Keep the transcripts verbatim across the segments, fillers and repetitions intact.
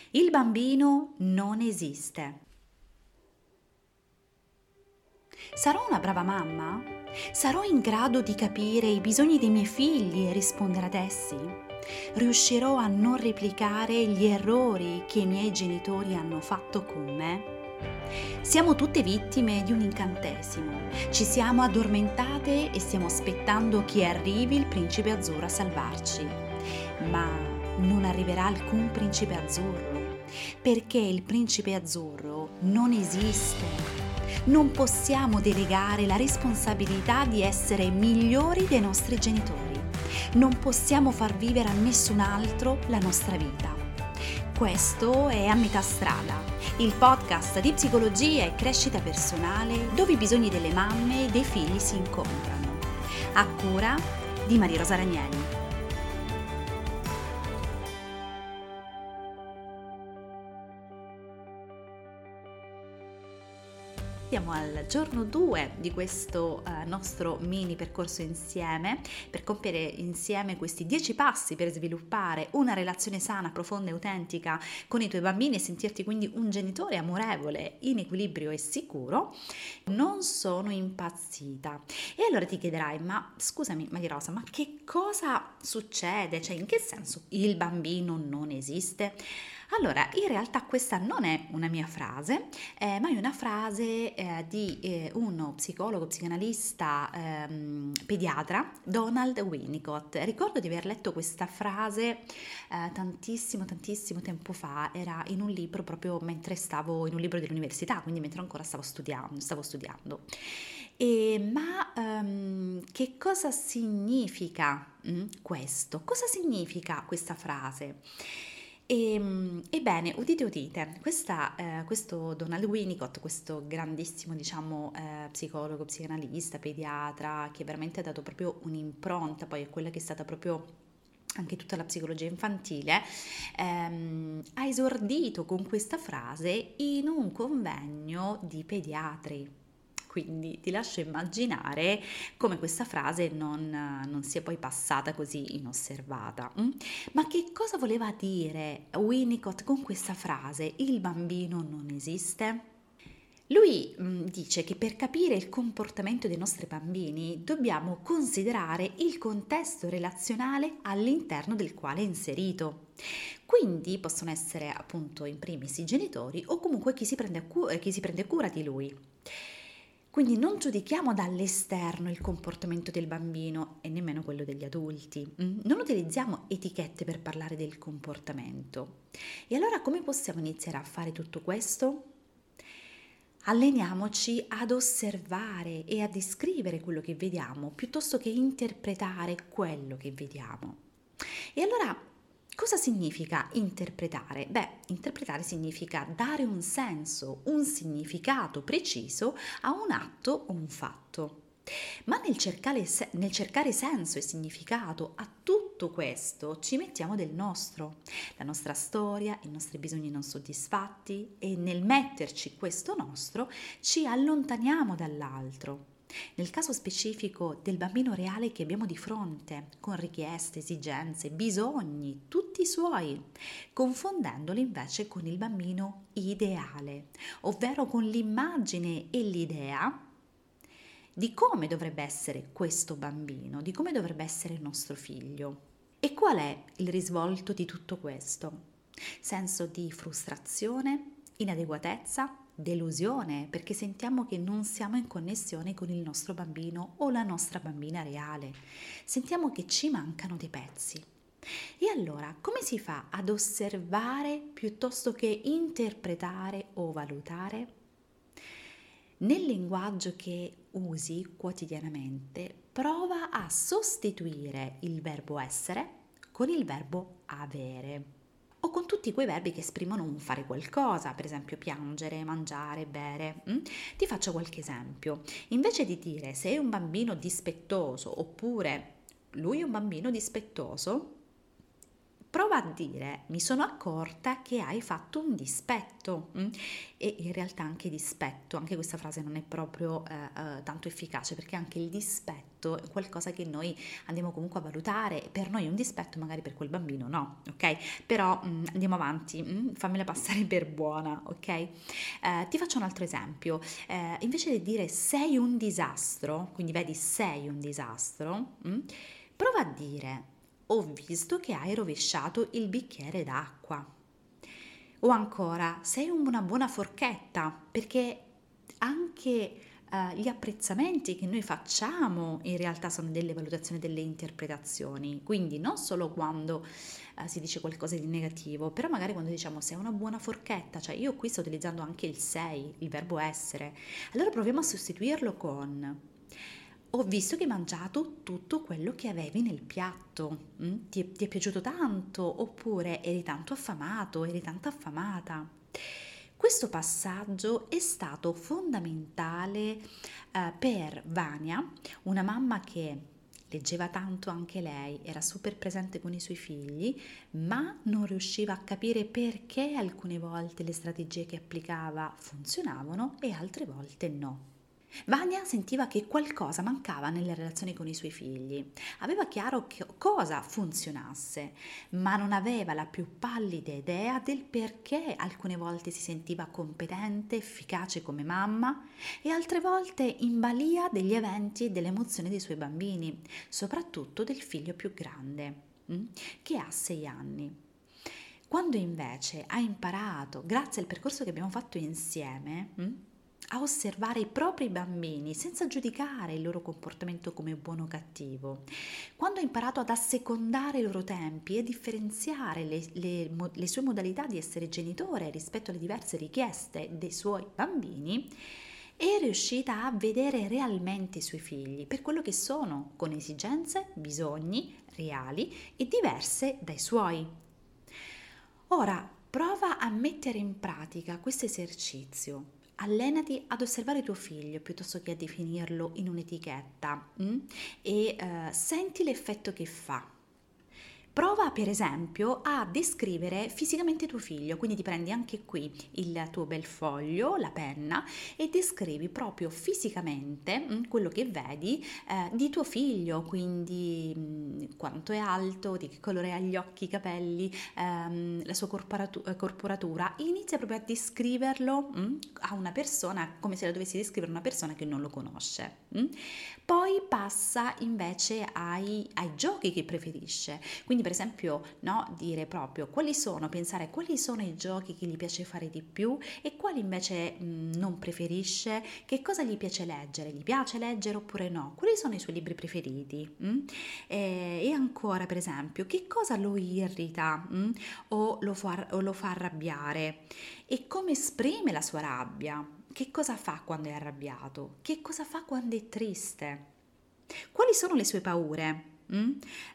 Il bambino non esiste. Sarò una brava mamma? Sarò in grado di capire i bisogni dei miei figli e rispondere ad essi? Riuscirò a non replicare gli errori che i miei genitori hanno fatto con me? Siamo tutte vittime di un incantesimo. Ci siamo addormentate e stiamo aspettando che arrivi il principe azzurro a salvarci. Ma non arriverà alcun principe azzurro, perché il principe azzurro non esiste. Non possiamo delegare la responsabilità di essere migliori dei nostri genitori. Non possiamo far vivere a nessun altro la nostra vita. Questo è A Metà Strada, il podcast di psicologia e crescita personale dove i bisogni delle mamme e dei figli si incontrano. A cura di Maria Rosa Ranieri. Siamo al giorno due di questo uh, nostro mini percorso insieme per compiere insieme questi dieci passi per sviluppare una relazione sana, profonda e autentica con i tuoi bambini e sentirti quindi un genitore amorevole, in equilibrio e sicuro. Non sono impazzita. E allora ti chiederai, ma scusami Maria Rosa, ma che cosa succede? Cioè, in che senso il bambino non esiste? Allora, in realtà questa non è una mia frase, eh, ma è una frase eh, di eh, uno psicologo, psicanalista, ehm, pediatra, Donald Winnicott. Ricordo di aver letto questa frase eh, tantissimo, tantissimo tempo fa, era in un libro proprio mentre stavo, in un libro dell'università, quindi mentre ancora stavo studiando. Stavo studiando. E, ma um, che cosa significa mm, questo? Cosa significa questa frase? E, ebbene, udite udite, questa, eh, questo Donald Winnicott, questo grandissimo diciamo eh, psicologo, psicanalista, pediatra, che veramente ha dato proprio un'impronta poi a quella che è stata proprio anche tutta la psicologia infantile, ehm, ha esordito con questa frase in un convegno di pediatri. Quindi ti lascio immaginare come questa frase non, non sia poi passata così inosservata. Mm? Ma che cosa voleva dire Winnicott con questa frase? Il bambino non esiste? Lui mh, dice che per capire il comportamento dei nostri bambini dobbiamo considerare il contesto relazionale all'interno del quale è inserito. Quindi possono essere appunto in primis i genitori o comunque chi si prende, cu- chi si prende cura di lui. Quindi non giudichiamo dall'esterno il comportamento del bambino e nemmeno quello degli adulti. Non utilizziamo etichette per parlare del comportamento. E allora come possiamo iniziare a fare tutto questo? Alleniamoci ad osservare e a descrivere quello che vediamo piuttosto che interpretare quello che vediamo. E allora cosa significa interpretare? Beh, interpretare significa dare un senso, un significato preciso a un atto o un fatto. Ma nel cercare, nel cercare senso e significato a tutto questo ci mettiamo del nostro, la nostra storia, i nostri bisogni non soddisfatti e nel metterci questo nostro ci allontaniamo dall'altro. Nel caso specifico del bambino reale che abbiamo di fronte, con richieste, esigenze, bisogni, tutti i suoi, confondendoli invece con il bambino ideale, ovvero con l'immagine e l'idea di come dovrebbe essere questo bambino, di come dovrebbe essere il nostro figlio. E qual è il risvolto di tutto questo? Senso di frustrazione, inadeguatezza, delusione, perché sentiamo che non siamo in connessione con il nostro bambino o la nostra bambina reale. Sentiamo che ci mancano dei pezzi. E allora, come si fa ad osservare piuttosto che interpretare o valutare? Nel linguaggio che usi quotidianamente, prova a sostituire il verbo essere con il verbo avere o con tutti quei verbi che esprimono un fare qualcosa, per esempio piangere, mangiare, bere. Mm? Ti faccio qualche esempio. Invece di dire sei un bambino dispettoso oppure lui è un bambino dispettoso, prova a dire mi sono accorta che hai fatto un dispetto mm? E in realtà anche dispetto, anche questa frase non è proprio eh, eh, tanto efficace perché anche il dispetto dispetto, qualcosa che noi andiamo comunque a valutare, per noi è un dispetto, magari per quel bambino no, ok? Però mh, andiamo avanti, mh, fammela passare per buona, ok? Eh, ti faccio un altro esempio, eh, invece di dire sei un disastro, quindi vedi sei un disastro, mh, prova a dire ho visto che hai rovesciato il bicchiere d'acqua. O ancora, sei una buona forchetta, perché anche eh, gli apprezzamenti che noi facciamo in realtà sono delle valutazioni, delle interpretazioni. Quindi non solo quando eh, si dice qualcosa di negativo, però magari quando diciamo sei una buona forchetta, cioè io qui sto utilizzando anche il sei, il verbo essere. Allora proviamo a sostituirlo con ho visto che hai mangiato tutto quello che avevi nel piatto. Mm? Ti, è, ti è piaciuto tanto? Oppure eri tanto affamato, eri tanto affamata? Questo passaggio è stato fondamentale eh, per Vania, una mamma che leggeva tanto anche lei, era super presente con i suoi figli, ma non riusciva a capire perché alcune volte le strategie che applicava funzionavano e altre volte no. Vania sentiva che qualcosa mancava nelle relazioni con i suoi figli. Aveva chiaro che cosa funzionasse, ma non aveva la più pallida idea del perché alcune volte si sentiva competente, efficace come mamma e altre volte in balia degli eventi e delle emozioni dei suoi bambini, soprattutto del figlio più grande, mm, che ha sei anni. Quando invece ha imparato, grazie al percorso che abbiamo fatto insieme, mm, a osservare i propri bambini senza giudicare il loro comportamento come buono o cattivo, quando ha imparato ad assecondare i loro tempi e differenziare le, le, le sue modalità di essere genitore rispetto alle diverse richieste dei suoi bambini, è riuscita a vedere realmente i suoi figli per quello che sono, con esigenze, bisogni reali e diverse dai suoi. Ora prova a mettere in pratica questo esercizio. Allenati ad osservare tuo figlio piuttosto che a definirlo in un'etichetta mm? e uh, senti l'effetto che fa. Prova per esempio a descrivere fisicamente tuo figlio, quindi ti prendi anche qui il tuo bel foglio, la penna e descrivi proprio fisicamente mh, quello che vedi eh, di tuo figlio, quindi mh, quanto è alto, di che colore ha gli occhi, i capelli, ehm, la sua corporatu- corporatura. Inizia proprio a descriverlo mh, a una persona come se la dovessi descrivere una persona che non lo conosce. Mh? Poi passa invece ai, ai giochi che preferisce, quindi per esempio no, dire proprio quali sono, pensare quali sono i giochi che gli piace fare di più e quali invece mh, non preferisce, che cosa gli piace leggere, gli piace leggere oppure no, quali sono i suoi libri preferiti mh? e, e ancora per esempio che cosa lo irrita mh? o, lo fa, o lo fa arrabbiare e come esprime la sua rabbia. Che cosa fa quando è arrabbiato? Che cosa fa quando è triste? Quali sono le sue paure? Mm?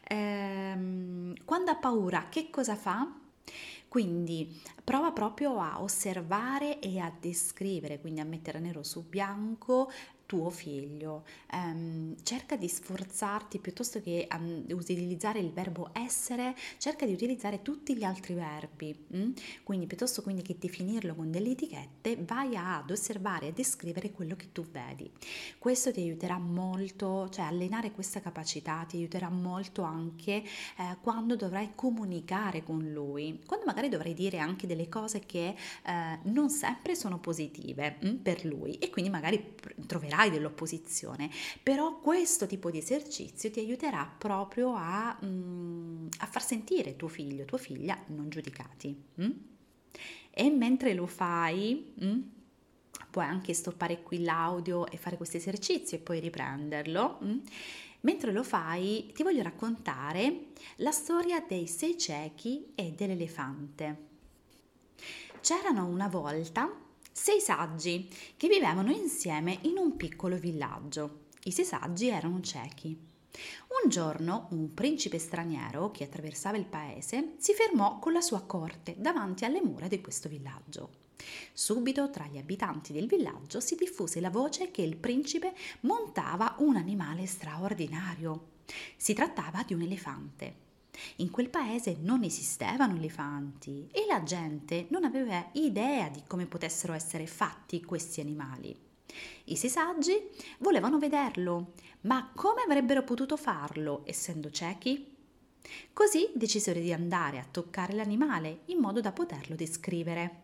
Ehm, quando ha paura, che cosa fa? Quindi prova proprio a osservare e a descrivere, quindi a mettere nero su bianco tuo figlio. Ehm, cerca di sforzarti piuttosto che um, utilizzare il verbo essere, cerca di utilizzare tutti gli altri verbi. Mm? Quindi piuttosto quindi che definirlo con delle etichette, vai ad osservare e descrivere quello che tu vedi. Questo ti aiuterà molto, cioè allenare questa capacità ti aiuterà molto anche eh, quando dovrai comunicare con lui, quando magari dovrai dire anche delle cose che eh, non sempre sono positive mm, per lui e quindi magari pr- troverai dell'opposizione, però questo tipo di esercizio ti aiuterà proprio a, mm, a far sentire tuo figlio, tua figlia non giudicati. Mm? E mentre lo fai, mm, puoi anche stoppare qui l'audio e fare questo esercizio e poi riprenderlo. Mm? Mentre lo fai, ti voglio raccontare la storia dei sei ciechi e dell'elefante. C'erano una volta sei saggi che vivevano insieme in un piccolo villaggio. I sei saggi erano ciechi. Un giorno un principe straniero che attraversava il paese si fermò con la sua corte davanti alle mura di questo villaggio. Subito tra gli abitanti del villaggio si diffuse la voce che il principe montava un animale straordinario. Si trattava di un elefante. In quel paese non esistevano elefanti e la gente non aveva idea di come potessero essere fatti questi animali. I sei saggi volevano vederlo, ma come avrebbero potuto farlo essendo ciechi? Così decisero di andare a toccare l'animale in modo da poterlo descrivere.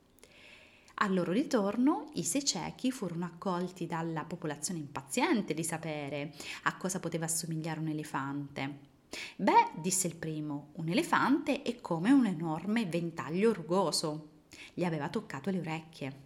Al loro ritorno, i sei ciechi furono accolti dalla popolazione impaziente di sapere a cosa poteva assomigliare un elefante. Beh, disse il primo, un elefante è come un enorme ventaglio rugoso. Gli aveva toccato le orecchie.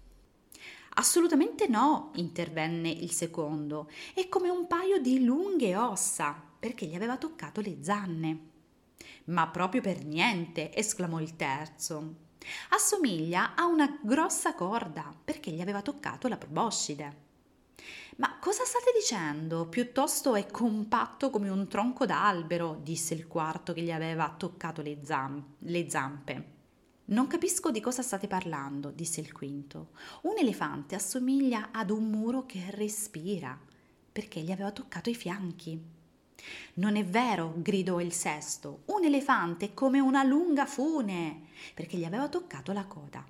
Assolutamente no, intervenne il secondo, è come un paio di lunghe ossa, perché gli aveva toccato le zanne. Ma proprio per niente, esclamò il terzo. Assomiglia a una grossa corda, perché gli aveva toccato la proboscide. Ma cosa state dicendo? Piuttosto è compatto come un tronco d'albero, disse il quarto che gli aveva toccato le, zam- le zampe. Non capisco di cosa state parlando, disse il quinto. Un elefante assomiglia ad un muro che respira, perché gli aveva toccato i fianchi. Non è vero, gridò il sesto. Un elefante è come una lunga fune, perché gli aveva toccato la coda.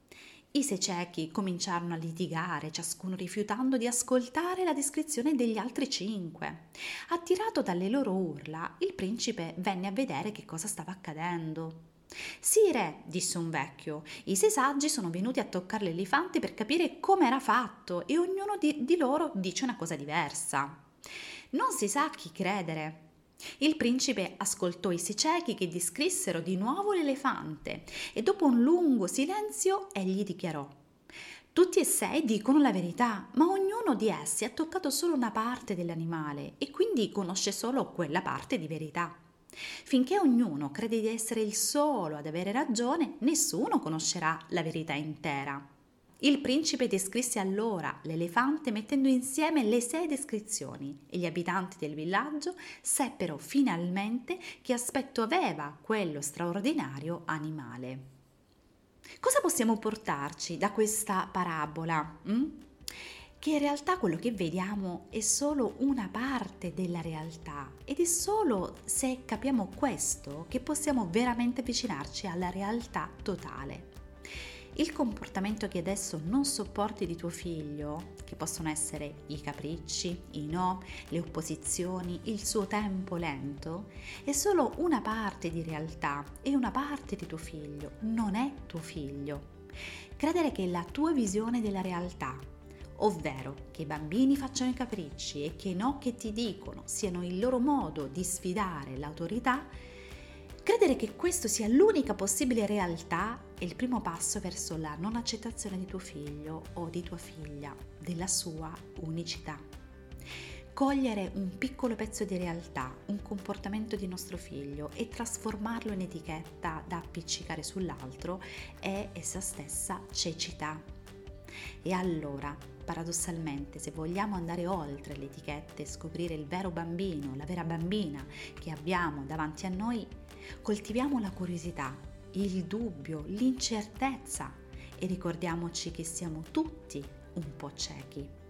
I sei ciechi cominciarono a litigare, ciascuno rifiutando di ascoltare la descrizione degli altri cinque. Attirato dalle loro urla, il principe venne a vedere che cosa stava accadendo. Sì, re, disse un vecchio, i sei saggi sono venuti a toccare l'elefante per capire come era fatto e ognuno di, di loro dice una cosa diversa. Non si sa a chi credere. Il principe ascoltò i sei ciechi che descrissero di nuovo l'elefante e dopo un lungo silenzio egli dichiarò: tutti e sei dicono la verità, ma ognuno di essi ha toccato solo una parte dell'animale e quindi conosce solo quella parte di verità. Finché ognuno crede di essere il solo ad avere ragione, nessuno conoscerà la verità intera. Il principe descrisse allora l'elefante mettendo insieme le sei descrizioni e gli abitanti del villaggio seppero finalmente che aspetto aveva quello straordinario animale. Cosa possiamo portarci da questa parabola? Hm? Che in realtà quello che vediamo è solo una parte della realtà ed è solo se capiamo questo che possiamo veramente avvicinarci alla realtà totale. Il comportamento che adesso non sopporti di tuo figlio, che possono essere i capricci, i no, le opposizioni, il suo tempo lento, è solo una parte di realtà e una parte di tuo figlio, non è tuo figlio. Credere che la tua visione della realtà, ovvero che i bambini facciano i capricci e che i no che ti dicono siano il loro modo di sfidare l'autorità, credere che questo sia l'unica possibile realtà è il primo passo verso la non accettazione di tuo figlio o di tua figlia, della sua unicità. Cogliere un piccolo pezzo di realtà, un comportamento di nostro figlio e trasformarlo in etichetta da appiccicare sull'altro è essa stessa cecità. E allora, paradossalmente, se vogliamo andare oltre le etichette e scoprire il vero bambino, la vera bambina che abbiamo davanti a noi, coltiviamo la curiosità, il dubbio, l'incertezza e ricordiamoci che siamo tutti un po' ciechi.